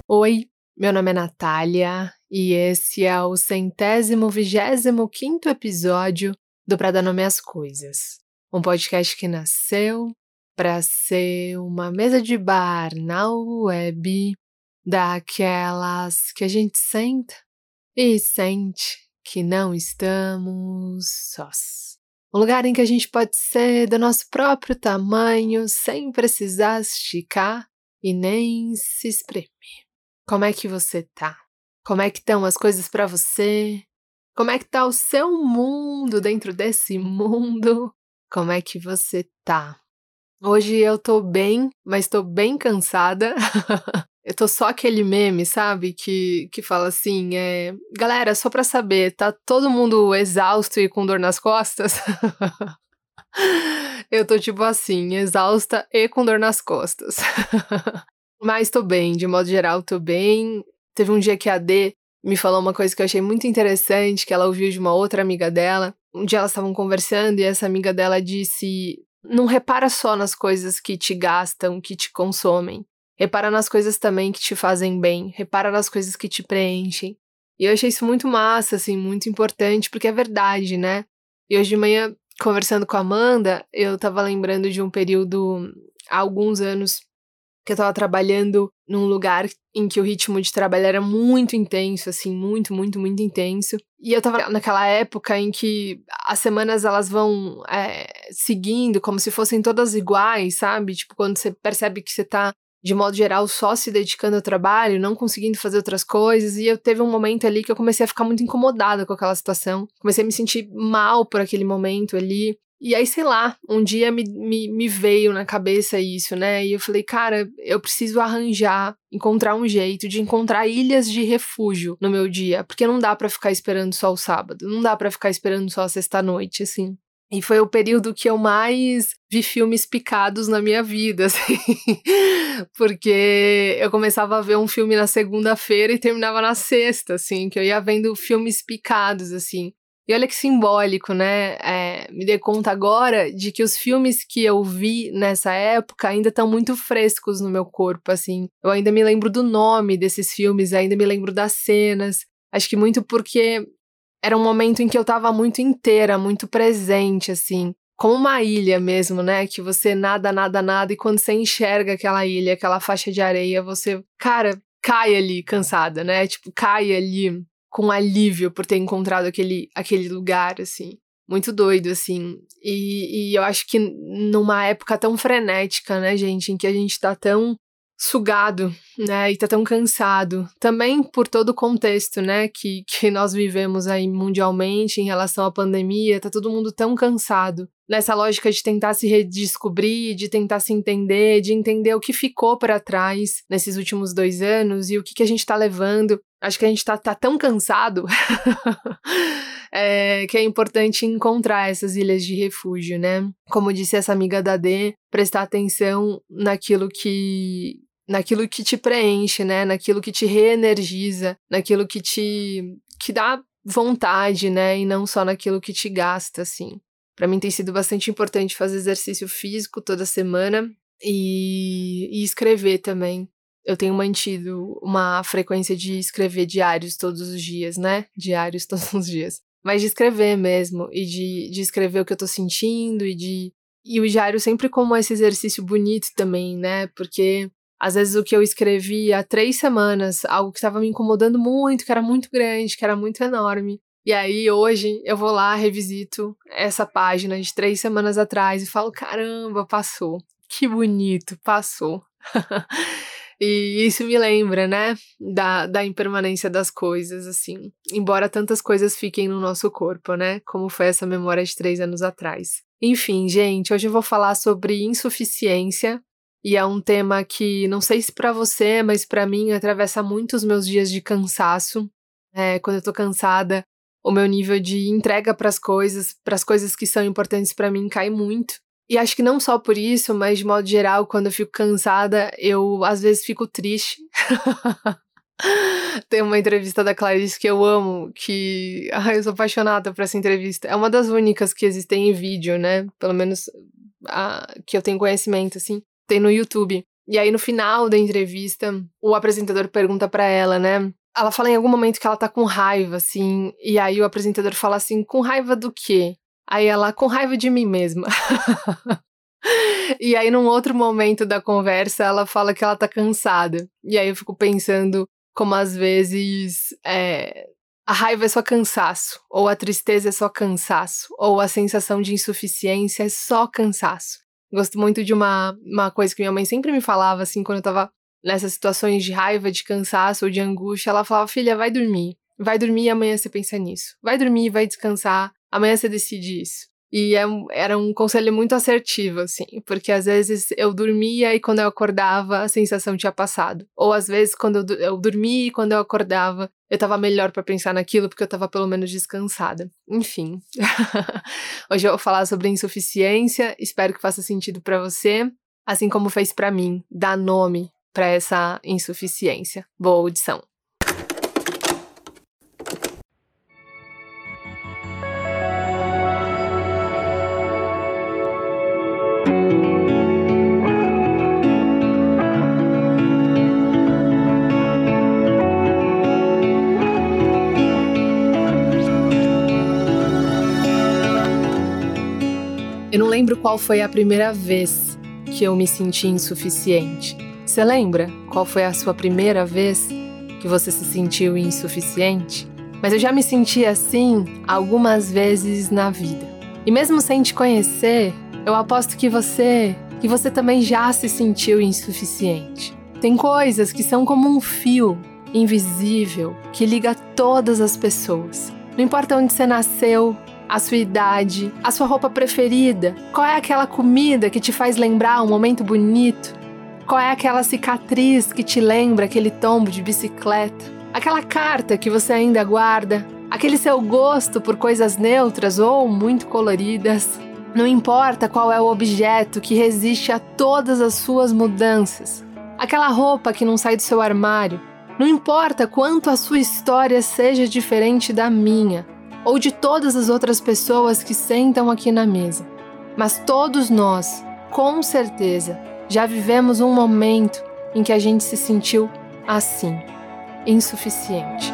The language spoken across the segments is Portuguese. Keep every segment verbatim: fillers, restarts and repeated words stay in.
Oi, meu nome é Natália e esse é o centésimo vigésimo quinto episódio do Pra Dar Nome às Coisas, um podcast que nasceu para ser uma mesa de bar na web, daquelas que a gente senta e sente que não estamos sós. Um lugar em que a gente pode ser do nosso próprio tamanho sem precisar esticar e nem se espremer. Como é que você tá? Como é que estão as coisas pra você? Como é que tá o seu mundo dentro desse mundo? Como é que você tá? Hoje eu tô bem, mas tô bem cansada. Eu tô só aquele meme, sabe? Que, que fala assim, é... Galera, só pra saber, tá todo mundo exausto e com dor nas costas? Eu tô tipo assim, exausta e com dor nas costas. Mas tô bem, de modo geral tô bem. Teve um dia que a D me falou uma coisa que eu achei muito interessante, que ela ouviu de uma outra amiga dela. Um dia elas estavam conversando e essa amiga dela disse: não repara só nas coisas que te gastam, que te consomem. Repara nas coisas também que te fazem bem. Repara nas coisas que te preenchem. E eu achei isso muito massa, assim, muito importante, porque é verdade, né? E hoje de manhã, conversando com a Amanda, eu tava lembrando de um período, há alguns anos, que eu tava trabalhando num lugar em que o ritmo de trabalho era muito intenso, assim, muito, muito, muito intenso. E eu tava naquela época em que as semanas elas vão é, seguindo como se fossem todas iguais, sabe? Tipo, quando você percebe que você tá, de modo geral, só se dedicando ao trabalho, não conseguindo fazer outras coisas. E eu teve um momento ali que eu comecei a ficar muito incomodada com aquela situação. Comecei a me sentir mal por aquele momento ali. E aí, sei lá, um dia me, me, me veio na cabeça isso, né? E eu falei, cara, eu preciso arranjar, encontrar um jeito de encontrar ilhas de refúgio no meu dia, porque não dá pra ficar esperando só o sábado, não dá pra ficar esperando só a sexta-noite, assim. E foi o período que eu mais vi filmes picados na minha vida, assim, porque eu começava a ver um filme na segunda-feira e terminava na sexta, assim, que eu ia vendo filmes picados, assim. E olha que simbólico, né? É, me dei conta agora de que os filmes que eu vi nessa época ainda estão muito frescos no meu corpo, assim. Eu ainda me lembro do nome desses filmes, ainda me lembro das cenas. Acho que muito porque era um momento em que eu tava muito inteira, muito presente, assim. Como uma ilha mesmo, né? Que você nada, nada, nada, e quando você enxerga aquela ilha, aquela faixa de areia, você, cara, cai ali cansada, né? Tipo, cai ali com alívio por ter encontrado aquele, aquele lugar, assim. Muito doido, assim. E, e eu acho que numa época tão frenética, né, gente, em que a gente tá tão sugado, né, e tá tão cansado, também por todo o contexto, né, que, que nós vivemos aí mundialmente em relação à pandemia, tá todo mundo tão cansado, nessa lógica de tentar se redescobrir, de tentar se entender, de entender o que ficou para trás nesses últimos dois anos e o que, que a gente tá levando. Acho que a gente tá, tá tão cansado é, que é importante encontrar essas ilhas de refúgio, né? Como disse essa amiga da D, prestar atenção naquilo que naquilo que te preenche, né? Naquilo que te reenergiza, naquilo que te que dá vontade, né? E não só naquilo que te gasta, assim. Pra mim tem sido bastante importante fazer exercício físico toda semana e, e escrever também. Eu tenho mantido uma frequência de escrever diários todos os dias, né? Diários todos os dias. Mas de escrever mesmo, e de, de escrever o que eu tô sentindo, e de... E o diário sempre como esse exercício bonito também, né? Porque às vezes o que eu escrevi há três semanas, algo que estava me incomodando muito, que era muito grande, que era muito enorme. E aí hoje eu vou lá, revisito essa página de três semanas atrás e falo, caramba, passou. Que bonito, passou. E isso me lembra, né, da, da impermanência das coisas, assim. Embora tantas coisas fiquem no nosso corpo, né, como foi essa memória de três anos atrás. Enfim, gente, hoje eu vou falar sobre insuficiência. E é um tema que, não sei se pra você, mas pra mim atravessa muito os meus dias de cansaço. É, quando eu tô cansada, o meu nível de entrega pras coisas, pras coisas que são importantes pra mim, cai muito. E acho que não só por isso, mas de modo geral, quando eu fico cansada, eu às vezes fico triste. Tem uma entrevista da Clarice que eu amo, que... Ai, eu sou apaixonada por essa entrevista. É uma das únicas que existem em vídeo, né? Pelo menos a... que eu tenho conhecimento, assim. Tem no YouTube. E aí no final da entrevista, o apresentador pergunta pra ela, né? Ela fala em algum momento que ela tá com raiva, assim, e aí o apresentador fala assim, com raiva do quê? Aí ela, com raiva de mim mesma. E aí num outro momento da conversa, ela fala que ela tá cansada. E aí eu fico pensando como às vezes é, a raiva é só cansaço, ou a tristeza é só cansaço, ou a sensação de insuficiência é só cansaço. Gosto muito de uma, uma coisa que minha mãe sempre me falava, assim, quando eu tava nessas situações de raiva, de cansaço ou de angústia, ela falava, filha, vai dormir. Vai dormir e amanhã você pensa nisso. Vai dormir, vai descansar, amanhã você decide isso. E é, era um conselho muito assertivo, assim, porque às vezes eu dormia e quando eu acordava a sensação tinha passado. Ou às vezes quando eu, eu dormia e quando eu acordava eu tava melhor pra pensar naquilo porque eu tava pelo menos descansada. Enfim. Hoje eu vou falar sobre insuficiência, espero que faça sentido pra você, assim como fez pra mim, dar nome pra essa insuficiência. Boa audição. Eu não lembro qual foi a primeira vez que eu me senti insuficiente. Você lembra qual foi a sua primeira vez que você se sentiu insuficiente? Mas eu já me senti assim algumas vezes na vida. E mesmo sem te conhecer, eu aposto que você, que você também já se sentiu insuficiente. Tem coisas que são como um fio invisível que liga todas as pessoas. Não importa onde você nasceu, a sua idade, a sua roupa preferida, qual é aquela comida que te faz lembrar um momento bonito, qual é aquela cicatriz que te lembra aquele tombo de bicicleta, aquela carta que você ainda guarda, aquele seu gosto por coisas neutras ou muito coloridas. Não importa qual é o objeto que resiste a todas as suas mudanças, aquela roupa que não sai do seu armário, não importa quanto a sua história seja diferente da minha, ou de todas as outras pessoas que sentam aqui na mesa. Mas todos nós, com certeza, já vivemos um momento em que a gente se sentiu assim, insuficiente.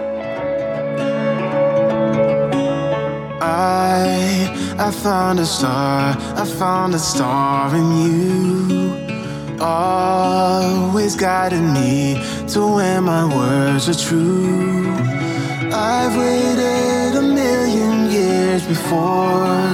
I, I found a star, I found a star in you. Always guiding me to where my words are true. I've waited a million years before.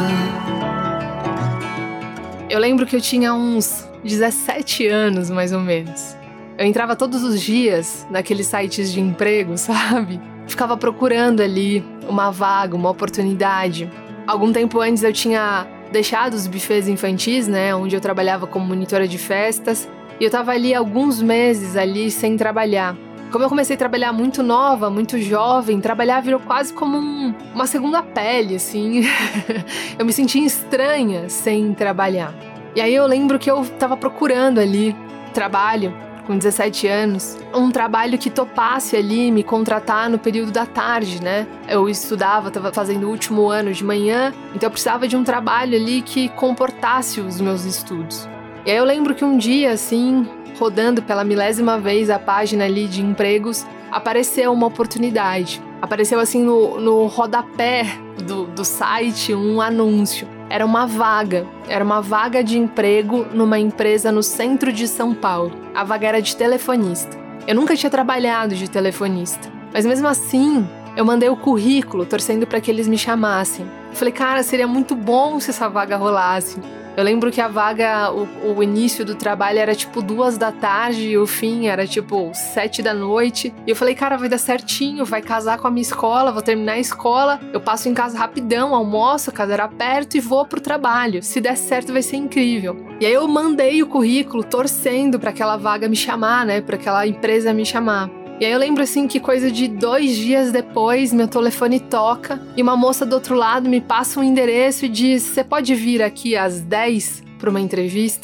Eu lembro que eu tinha uns dezessete anos, mais ou menos. Eu entrava todos os dias naqueles sites de emprego, sabe? Ficava procurando ali uma vaga, uma oportunidade. Algum tempo antes eu tinha deixado os buffets infantis, né? Onde eu trabalhava como monitora de festas. E eu tava ali alguns meses ali sem trabalhar. Como eu comecei a trabalhar muito nova, muito jovem, trabalhar virou quase como um, uma segunda pele, assim. Eu me sentia estranha sem trabalhar. E aí eu lembro que eu tava procurando ali trabalho, com dezessete anos, um trabalho que topasse ali me contratar no período da tarde, né? Eu estudava, tava fazendo o último ano de manhã, então eu precisava de um trabalho ali que comportasse os meus estudos. E aí eu lembro que um dia, assim, rodando pela milésima vez a página ali de empregos, apareceu uma oportunidade. Apareceu assim no, no rodapé do, do site um anúncio. Era uma vaga, era uma vaga de emprego numa empresa no centro de São Paulo. A vaga era de telefonista. Eu nunca tinha trabalhado de telefonista, mas mesmo assim eu mandei o currículo torcendo para que eles me chamassem. Eu falei, cara, seria muito bom se essa vaga rolasse. Eu lembro que a vaga, o, o início do trabalho era tipo duas da tarde e o fim era tipo sete da noite. E eu falei, cara, vai dar certinho, vai casar com a minha escola, vou terminar a escola, eu passo em casa rapidão, almoço, a casa era perto e vou pro trabalho. Se der certo vai ser incrível. E aí eu mandei o currículo torcendo pra aquela vaga me chamar, né, pra aquela empresa me chamar. E aí eu lembro assim que coisa de dois dias depois, meu telefone toca e uma moça do outro lado me passa um endereço e diz, você pode vir aqui às dez para uma entrevista?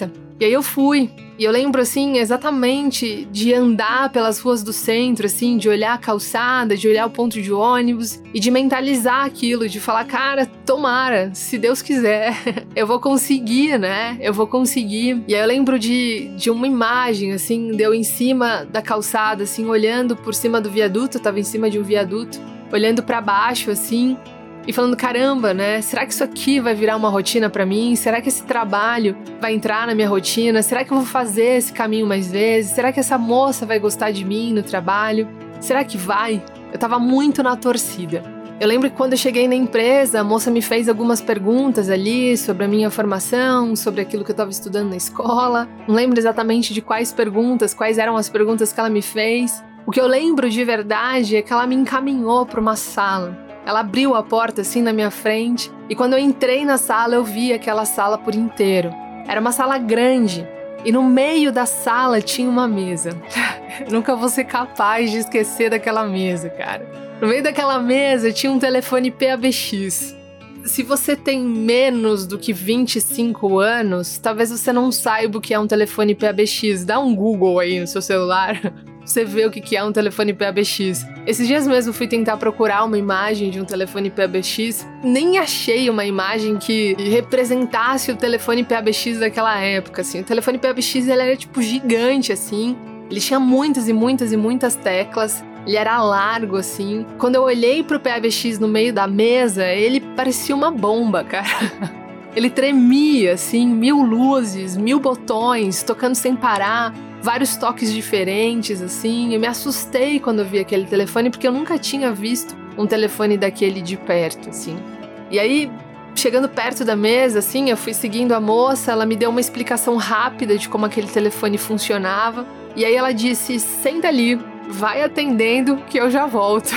E aí eu fui. E eu lembro, assim, exatamente de andar pelas ruas do centro, assim, de olhar a calçada, de olhar o ponto de ônibus e de mentalizar aquilo, de falar, cara, tomara, se Deus quiser, eu vou conseguir, né? Eu vou conseguir. E aí eu lembro de, de uma imagem, assim, de eu em cima da calçada, assim, olhando por cima do viaduto, eu tava em cima de um viaduto, olhando pra baixo, assim, e falando, caramba, né? Será que isso aqui vai virar uma rotina pra mim? Será que esse trabalho vai entrar na minha rotina? Será que eu vou fazer esse caminho mais vezes? Será que essa moça vai gostar de mim no trabalho? Será que vai? Eu tava muito na torcida. Eu lembro que quando eu cheguei na empresa, a moça me fez algumas perguntas ali sobre a minha formação, sobre aquilo que eu tava estudando na escola. Não lembro exatamente de quais perguntas, quais eram as perguntas que ela me fez. O que eu lembro de verdade é que ela me encaminhou para uma sala. Ela abriu a porta assim na minha frente e quando eu entrei na sala eu vi aquela sala por inteiro. Era uma sala grande e no meio da sala tinha uma mesa. Nunca vou ser capaz de esquecer daquela mesa, cara. No meio daquela mesa tinha um telefone P A B X. Se você tem menos do que vinte e cinco anos, talvez você não saiba o que é um telefone P A B X. Dá um Google aí no seu celular. Você vê o que é um telefone P A B X. Esses dias mesmo fui tentar procurar uma imagem de um telefone P A B X. Nem achei uma imagem que representasse o telefone P A B X daquela época, assim. O telefone P A B X, ele era, tipo, gigante, assim. Ele tinha muitas e muitas e muitas teclas. Ele era largo, assim. Quando eu olhei pro P A B X no meio da mesa, ele parecia uma bomba, cara. Ele tremia, assim, mil luzes, mil botões, tocando sem parar. Vários toques diferentes, assim. Eu me assustei quando eu vi aquele telefone, porque eu nunca tinha visto um telefone daquele de perto, assim. E aí, chegando perto da mesa, assim, eu fui seguindo a moça, ela me deu uma explicação rápida de como aquele telefone funcionava. E aí ela disse, senta ali, vai atendendo que eu já volto.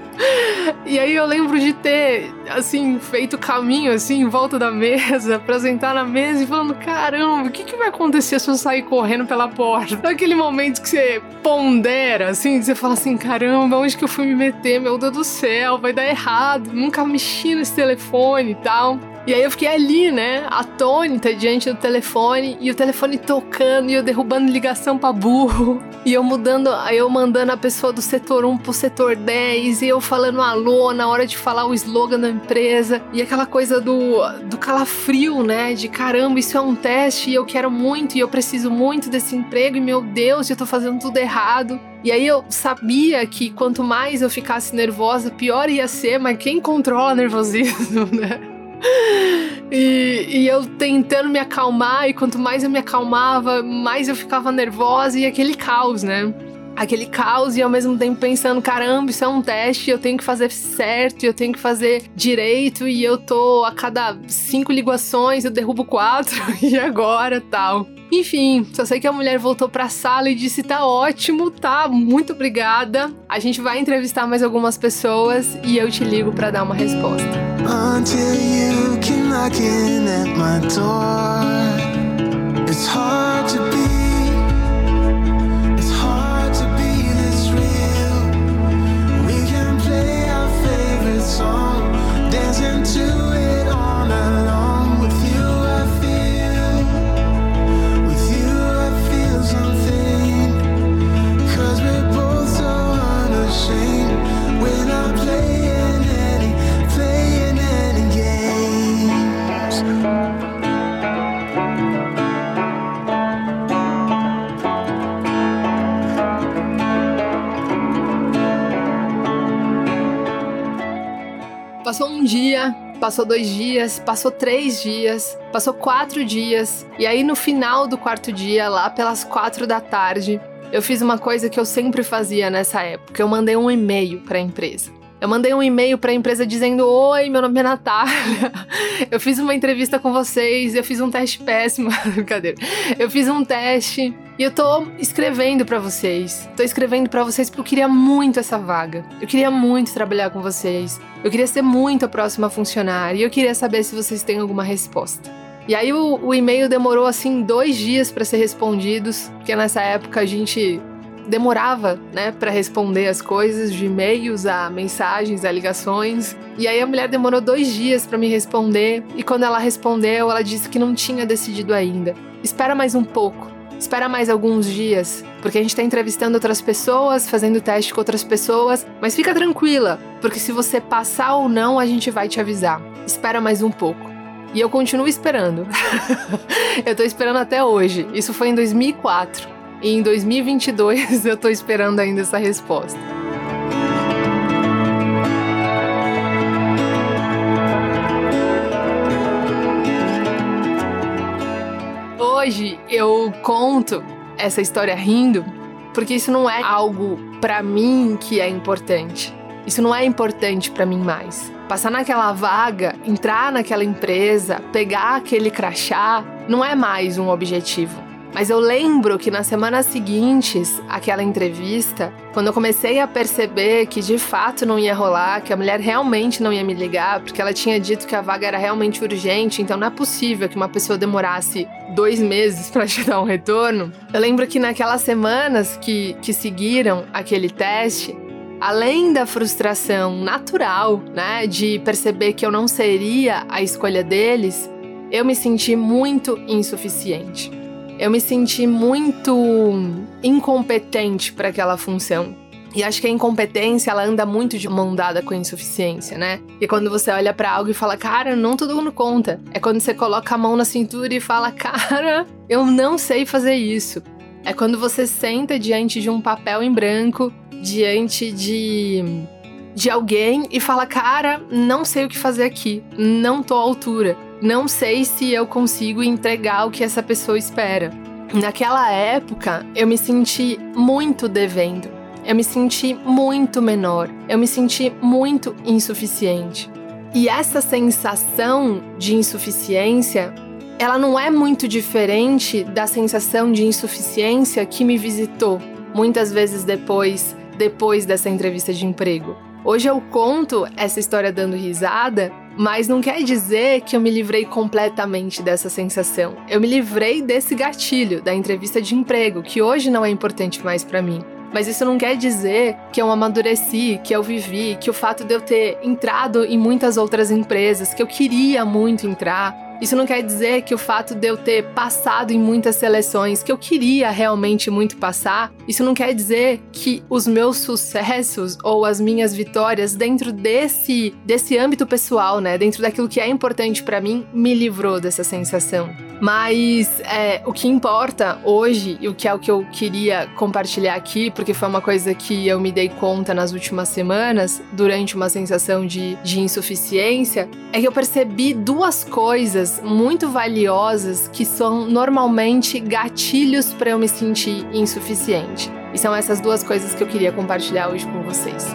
E aí eu lembro de ter, assim, feito caminho, assim, em volta da mesa, pra sentar na mesa e falando, caramba, o que que vai acontecer se eu sair correndo pela porta? Naquele momento que você pondera, assim, que você fala assim, caramba, onde que eu fui me meter? Meu Deus do céu, vai dar errado, nunca mexi nesse telefone e tal. E aí eu fiquei ali, né, atônita diante do telefone, e o telefone tocando, e eu derrubando ligação pra burro, e eu mudando, aí eu mandando a pessoa do setor um pro setor dez, e eu falando alô na hora de falar o slogan da empresa, e aquela coisa do, do calafrio, né, de caramba, isso é um teste, e eu quero muito, e eu preciso muito desse emprego, e meu Deus, eu tô fazendo tudo errado. E aí eu sabia que quanto mais eu ficasse nervosa, pior ia ser, mas quem controla nervosismo, né? E, e eu tentando me acalmar, e quanto mais eu me acalmava, mais eu ficava nervosa, e aquele caos, né? Aquele caos, e ao mesmo tempo pensando, caramba, isso é um teste, eu tenho que fazer certo, eu tenho que fazer direito, e eu tô a cada cinco ligações, eu derrubo quatro, e agora, tal. Enfim, só sei que a mulher voltou pra sala e disse, tá ótimo, tá, muito obrigada. A gente vai entrevistar mais algumas pessoas e eu te ligo pra dar uma resposta. Until you came knocking at my door, it's hard to be, it's hard to be this real. We can play our favorite song, dancing to it all night long. With you I feel, with you I feel something, 'cause we're both so unashamed. We're not playing any, playing any games. Passou um dia, passou dois dias, passou três dias, passou quatro dias. E aí no final do quarto dia, lá pelas quatro da tarde, eu fiz uma coisa que eu sempre fazia nessa época. Eu mandei um e-mail para a empresa. Eu mandei um e-mail para a empresa dizendo, oi, meu nome é Natália, eu fiz uma entrevista com vocês, eu fiz um teste péssimo, brincadeira, eu fiz um teste e eu tô escrevendo para vocês, tô escrevendo para vocês porque eu queria muito essa vaga, eu queria muito trabalhar com vocês, eu queria ser muito a próxima funcionária e eu queria saber se vocês têm alguma resposta. E aí o, o e-mail demorou assim dois dias para ser respondidos, porque nessa época a gente demorava, né, para responder as coisas, de e-mails a mensagens, a ligações. E aí a mulher demorou dois dias para me responder, e quando ela respondeu, ela disse que não tinha decidido ainda. espera mais um pouco, espera mais alguns dias, porque a gente tá entrevistando outras pessoas, fazendo teste com outras pessoas, mas fica tranquila, porque se você passar ou não, a gente vai te avisar. Espera mais um pouco. E eu continuo esperando. Eu tô esperando até hoje. Isso foi em dois mil e quatro. E em dois mil e vinte e dois eu tô esperando ainda essa resposta. Hoje eu conto essa história rindo, porque isso não é algo pra mim que é importante. Isso não é importante pra mim mais. Passar naquela vaga, entrar naquela empresa, pegar aquele crachá, não é mais um objetivo. Mas eu lembro que nas semanas seguintes, àquela entrevista, quando eu comecei a perceber que de fato não ia rolar, que a mulher realmente não ia me ligar, porque ela tinha dito que a vaga era realmente urgente, então não é possível que uma pessoa demorasse dois meses para te dar um retorno. Eu lembro que naquelas semanas que, que seguiram aquele teste, além da frustração natural, né, de perceber que eu não seria a escolha deles, eu me senti muito insuficiente. Eu me senti muito incompetente para aquela função. E acho que a incompetência, ela anda muito de mão dada com a insuficiência, né? E quando você olha para algo e fala, cara, não tô dando conta. É quando você coloca a mão na cintura e fala, cara, eu não sei fazer isso. É quando você senta diante de um papel em branco, diante de, de alguém e fala, cara, não sei o que fazer aqui, não tô à altura, não sei se eu consigo entregar o que essa pessoa espera. Naquela época, eu me senti muito devendo, eu me senti muito menor, eu me senti muito insuficiente. E essa sensação de insuficiência, ela não é muito diferente da sensação de insuficiência que me visitou muitas vezes depois depois dessa entrevista de emprego. Hoje eu conto essa história dando risada, mas não quer dizer que eu me livrei completamente dessa sensação. Eu me livrei desse gatilho da entrevista de emprego, que hoje não é importante mais pra mim. Mas isso não quer dizer que eu amadureci, que eu vivi, que o fato de eu ter entrado em muitas outras empresas, que eu queria muito entrar, isso não quer dizer que o fato de eu ter passado em muitas seleções, que eu queria realmente muito passar, isso não quer dizer que os meus sucessos ou as minhas vitórias dentro desse, desse âmbito pessoal, né, dentro daquilo que é importante pra mim, me livrou dessa sensação. Mas é, o que importa hoje, e o que é o que eu queria compartilhar aqui, porque foi uma coisa que eu me dei conta nas últimas semanas, durante uma sensação de, de insuficiência, é que eu percebi duas coisas muito valiosas que são normalmente gatilhos para eu me sentir insuficiente. E são essas duas coisas que eu queria compartilhar hoje com vocês.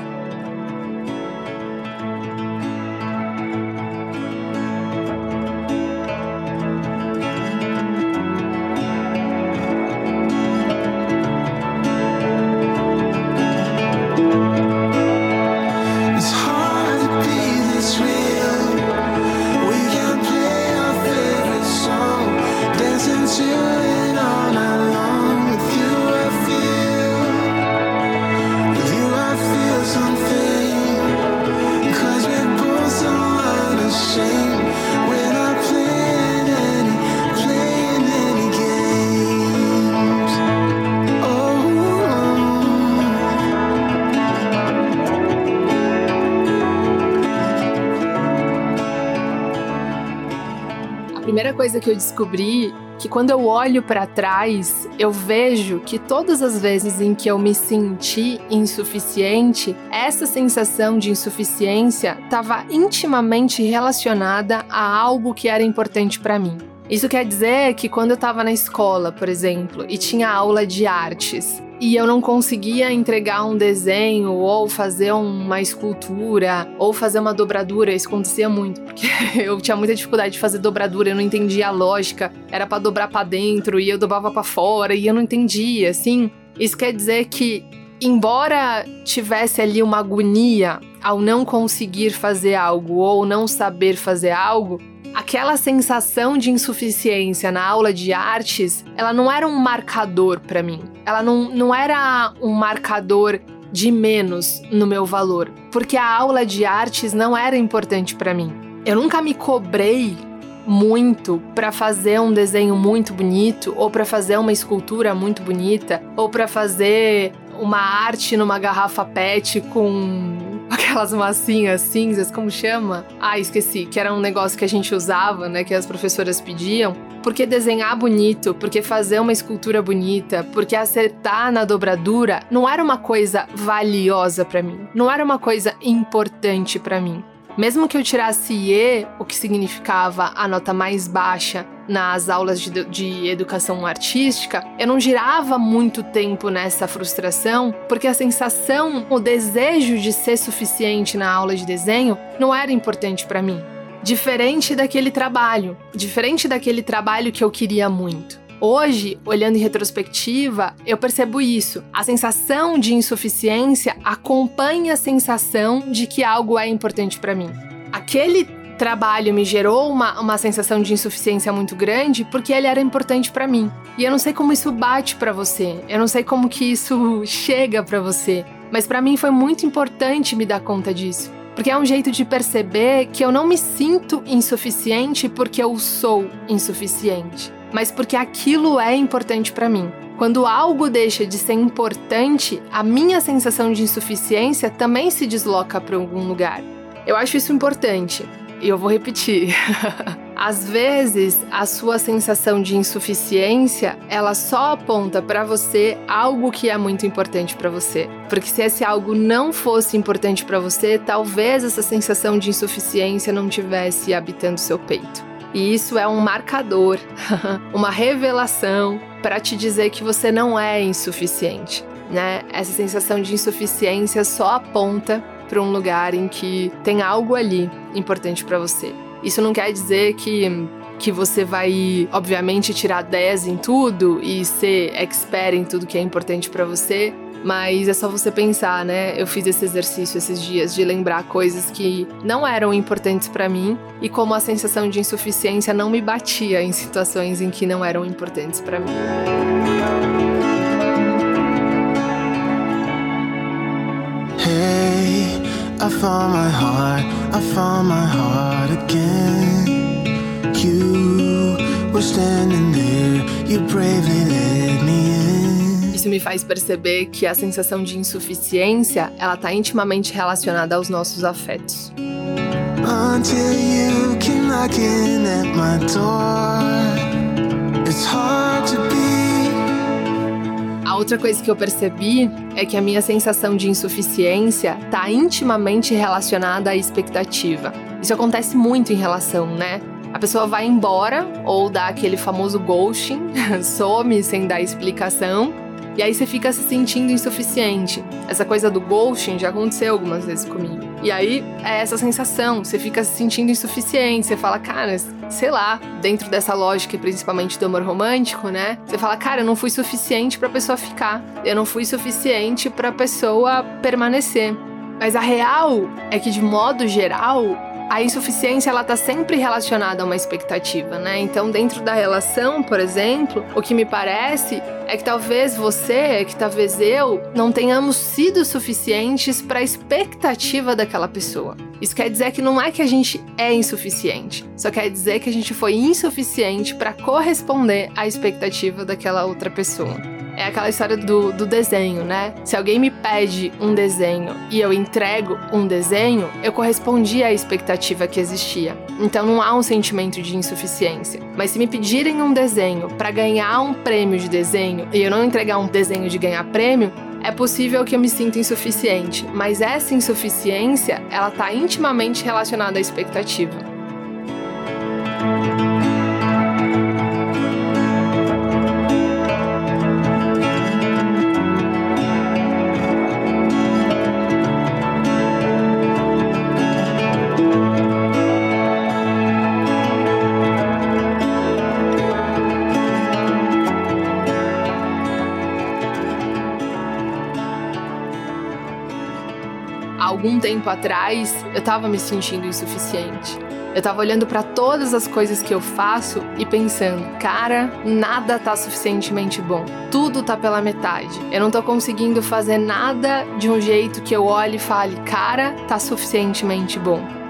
A primeira coisa que eu descobri, que quando eu olho para trás, eu vejo que todas as vezes em que eu me senti insuficiente, essa sensação de insuficiência estava intimamente relacionada a algo que era importante para mim. Isso quer dizer que quando eu estava na escola, por exemplo, e tinha aula de artes, e eu não conseguia entregar um desenho, ou fazer uma escultura, ou fazer uma dobradura, isso acontecia muito, porque eu tinha muita dificuldade de fazer dobradura, eu não entendia a lógica, era pra dobrar pra dentro, e eu dobrava pra fora, e eu não entendia, assim. Isso quer dizer que, embora tivesse ali uma agonia ao não conseguir fazer algo, ou não saber fazer algo, aquela sensação de insuficiência na aula de artes, ela não era um marcador pra mim. Ela não, não era um marcador de menos no meu valor, porque a aula de artes não era importante pra mim. Eu nunca me cobrei muito para fazer um desenho muito bonito, ou para fazer uma escultura muito bonita, ou para fazer uma arte numa garrafa pet com aquelas massinhas cinzas, como chama? Ah, esqueci, que era um negócio que a gente usava, né, que as professoras pediam. Porque desenhar bonito, porque fazer uma escultura bonita, porque acertar na dobradura, não era uma coisa valiosa pra mim, não era uma coisa importante pra mim. Mesmo que eu tirasse E, o que significava a nota mais baixa nas aulas de, de educação artística, eu não girava muito tempo nessa frustração, porque a sensação, o desejo de ser suficiente na aula de desenho não era importante pra mim. Diferente daquele trabalho, diferente daquele trabalho que eu queria muito. Hoje, olhando em retrospectiva, eu percebo isso. A sensação de insuficiência acompanha a sensação de que algo é importante para mim. Aquele trabalho me gerou uma, uma sensação de insuficiência muito grande porque ele era importante para mim. E eu não sei como isso bate para você, eu não sei como que isso chega para você, mas para mim foi muito importante me dar conta disso. Porque é um jeito de perceber que eu não me sinto insuficiente porque eu sou insuficiente, mas porque aquilo é importante para mim. Quando algo deixa de ser importante, a minha sensação de insuficiência também se desloca para algum lugar. Eu acho isso importante, e eu vou repetir. Às vezes, a sua sensação de insuficiência, ela só aponta para você algo que é muito importante para você. Porque se esse algo não fosse importante para você, talvez essa sensação de insuficiência não tivesse habitando seu peito. E isso é um marcador, uma revelação para te dizer que você não é insuficiente, né? Essa sensação de insuficiência só aponta para um lugar em que tem algo ali importante para você. Isso não quer dizer que, que você vai, obviamente, tirar dez em tudo e ser expert em tudo que é importante para você, mas é só você pensar, né? Eu fiz esse exercício esses dias de lembrar coisas que não eram importantes para mim e como a sensação de insuficiência não me batia em situações em que não eram importantes para mim. Hey, I found my heart, I found my heart again. You were standing there, you bravely let me in. Isso me faz perceber que a sensação de insuficiência, ela tá intimamente relacionada aos nossos afetos. Until you came knocking at my door, it's hard to be. A outra coisa que eu percebi é que a minha sensação de insuficiência tá intimamente relacionada à expectativa. Isso acontece muito em relação, né? A pessoa vai embora ou dá aquele famoso ghosting, some sem dar explicação, e aí você fica se sentindo insuficiente. Essa coisa do ghosting já aconteceu algumas vezes comigo. E aí é essa sensação, você fica se sentindo insuficiente, você fala, cara, sei lá, dentro dessa lógica, principalmente do amor romântico, né? Você fala, cara, eu não fui suficiente pra pessoa ficar, eu não fui suficiente pra pessoa permanecer. Mas a real é que, de modo geral, a insuficiência, ela tá sempre relacionada a uma expectativa, né? Então, dentro da relação, por exemplo, o que me parece é que talvez você, que talvez eu, não tenhamos sido suficientes para a expectativa daquela pessoa. Isso quer dizer que não é que a gente é insuficiente, só quer dizer que a gente foi insuficiente para corresponder à expectativa daquela outra pessoa. É aquela história do, do desenho, né? Se alguém me pede um desenho e eu entrego um desenho, eu correspondi à expectativa que existia. Então não há um sentimento de insuficiência. Mas se me pedirem um desenho para ganhar um prêmio de desenho e eu não entregar um desenho de ganhar prêmio, é possível que eu me sinta insuficiente. Mas essa insuficiência, ela está intimamente relacionada à expectativa. Algum tempo atrás, eu tava me sentindo insuficiente. Eu tava olhando pra todas as coisas que eu faço e pensando, cara, nada tá suficientemente bom. Tudo tá pela metade. Eu não tô conseguindo fazer nada de um jeito que eu olhe e fale, cara, tá suficientemente bom.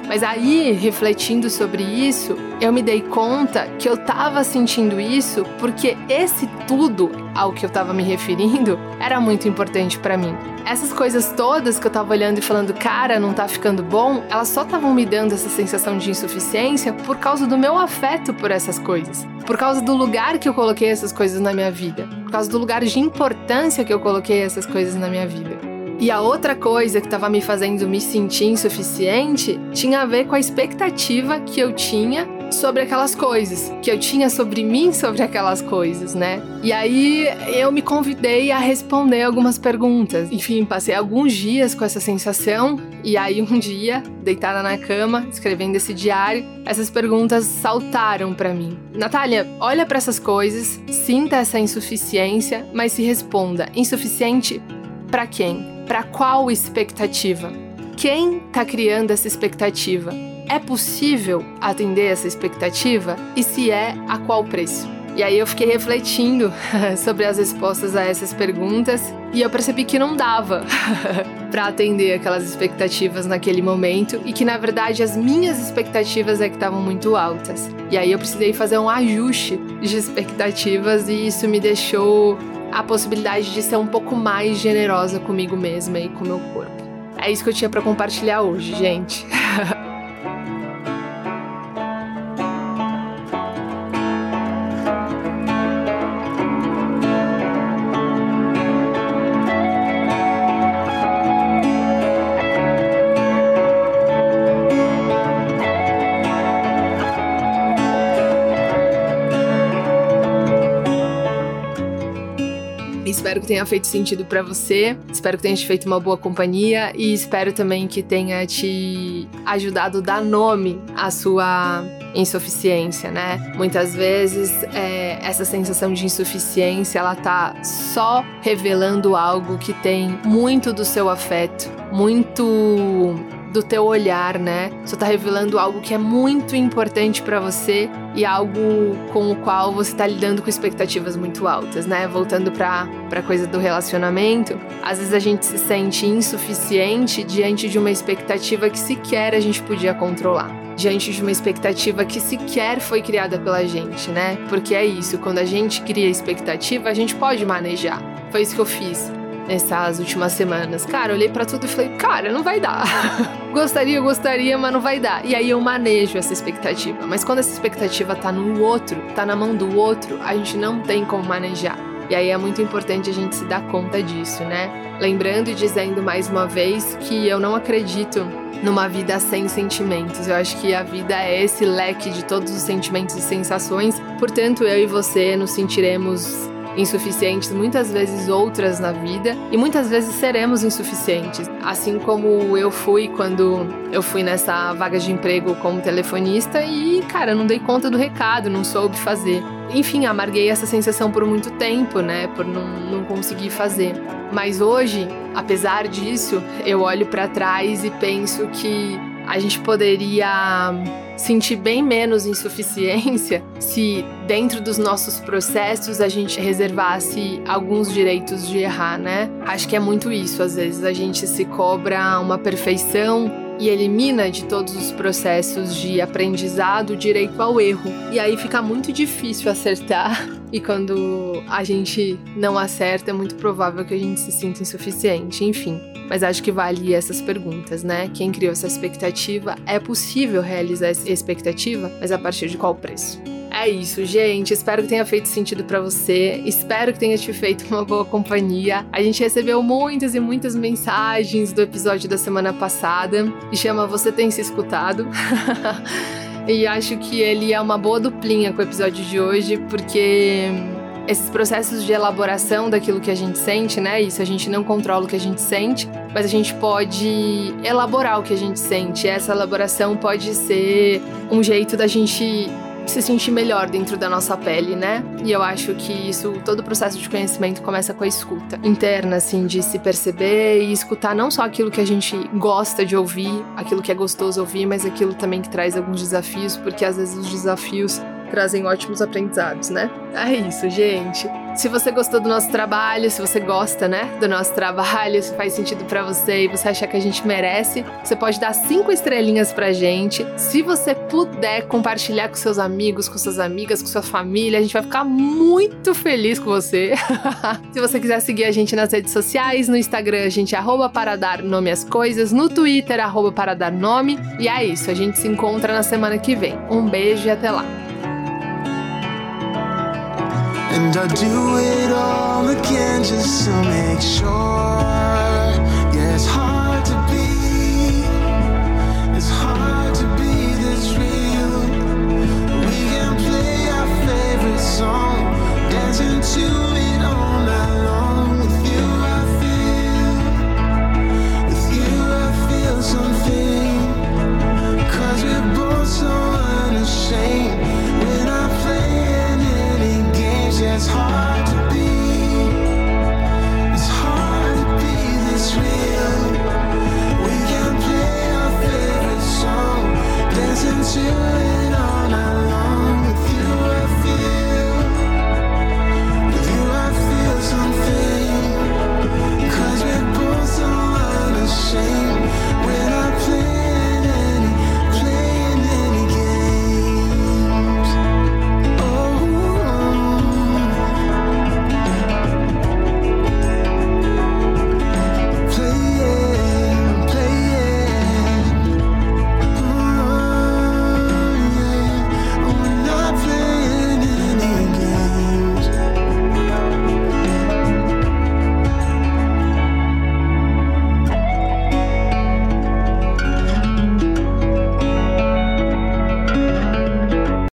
Mas aí, refletindo sobre isso, eu me dei conta que eu tava sentindo isso porque esse tudo ao que eu tava me referindo era muito importante pra mim. Essas coisas todas que eu tava olhando e falando, cara, não tá ficando bom, elas só estavam me dando essa sensação de insuficiência por causa do meu afeto por essas coisas. Por causa do lugar que eu coloquei essas coisas na minha vida. Por causa do lugar de importância que eu coloquei essas coisas na minha vida. E a outra coisa que estava me fazendo me sentir insuficiente tinha a ver com a expectativa que eu tinha sobre aquelas coisas, que eu tinha sobre mim sobre aquelas coisas, né? E aí eu me convidei a responder algumas perguntas. Enfim, passei alguns dias com essa sensação e aí um dia, deitada na cama, escrevendo esse diário, essas perguntas saltaram pra mim. Natália, olha pra essas coisas, sinta essa insuficiência, mas se responda, insuficiente pra quem? Para qual expectativa? Quem está criando essa expectativa? É possível atender essa expectativa? E se é, a qual preço? E aí eu fiquei refletindo sobre as respostas a essas perguntas e eu percebi que não dava para atender aquelas expectativas naquele momento e que, na verdade, as minhas expectativas é que estavam muito altas. E aí eu precisei fazer um ajuste de expectativas e isso me deixou a possibilidade de ser um pouco mais generosa comigo mesma e com o meu corpo. É isso que eu tinha pra compartilhar hoje, gente. Espero que tenha feito sentido pra você, espero que tenha te feito uma boa companhia e espero também que tenha te ajudado a dar nome à sua insuficiência, né? Muitas vezes é, essa sensação de insuficiência, ela tá só revelando algo que tem muito do seu afeto, muito do teu olhar, né? Só tá revelando algo que é muito importante pra você e algo com o qual você tá lidando com expectativas muito altas, né? Voltando pra, pra coisa do relacionamento, às vezes a gente se sente insuficiente diante de uma expectativa que sequer a gente podia controlar. Diante de uma expectativa que sequer foi criada pela gente, né? Porque é isso, quando a gente cria expectativa, a gente pode manejar. Foi isso que eu fiz nessas últimas semanas. Cara, eu olhei pra tudo e falei, cara, não vai dar. Gostaria, gostaria, mas não vai dar. E aí eu manejo essa expectativa. Mas quando essa expectativa tá no outro, tá na mão do outro, a gente não tem como manejar. E aí é muito importante a gente se dar conta disso, né? Lembrando e dizendo mais uma vez que eu não acredito numa vida sem sentimentos. Eu acho que a vida é esse leque de todos os sentimentos e sensações. Portanto, eu e você nos sentiremos insuficientes muitas vezes outras na vida e muitas vezes seremos insuficientes, assim como eu fui quando eu fui nessa vaga de emprego como telefonista e, cara, não dei conta do recado, não soube fazer. Enfim, amarguei essa sensação por muito tempo, né, por não, não conseguir fazer. Mas hoje, apesar disso, eu olho pra trás e penso que a gente poderia sentir bem menos insuficiência se dentro dos nossos processos a gente reservasse alguns direitos de errar, né? Acho que é muito isso, às vezes a gente se cobra uma perfeição e elimina de todos os processos de aprendizado o direito ao erro. E aí fica muito difícil acertar e quando a gente não acerta é muito provável que a gente se sinta insuficiente, enfim. Mas acho que vale essas perguntas, né? Quem criou essa expectativa? É possível realizar essa expectativa? Mas a partir de qual preço? É isso, gente. Espero que tenha feito sentido pra você. Espero que tenha te feito uma boa companhia. A gente recebeu muitas e muitas mensagens do episódio da semana passada. E chama Você Tem Se Escutado? E acho que ele é uma boa duplinha com o episódio de hoje, porque esses processos de elaboração daquilo que a gente sente, né? Isso, a gente não controla o que a gente sente, mas a gente pode elaborar o que a gente sente. E essa elaboração pode ser um jeito da gente se sentir melhor dentro da nossa pele, né? E eu acho que isso, todo o processo de conhecimento começa com a escuta interna, assim, de se perceber e escutar não só aquilo que a gente gosta de ouvir, aquilo que é gostoso ouvir, mas aquilo também que traz alguns desafios, porque às vezes os desafios trazem ótimos aprendizados, né? É isso, gente. Se você gostou do nosso trabalho, se você gosta, né, do nosso trabalho, se faz sentido pra você e você achar que a gente merece, você pode dar cinco estrelinhas pra gente. Se você puder compartilhar com seus amigos, com suas amigas, com sua família, a gente vai ficar muito feliz com você. Se você quiser seguir a gente nas redes sociais, no Instagram a gente é arroba para dar nome às coisas, no Twitter arroba para dar nome. E é isso, a gente se encontra na semana que vem. Um beijo e até lá. And I do it all again just to make sure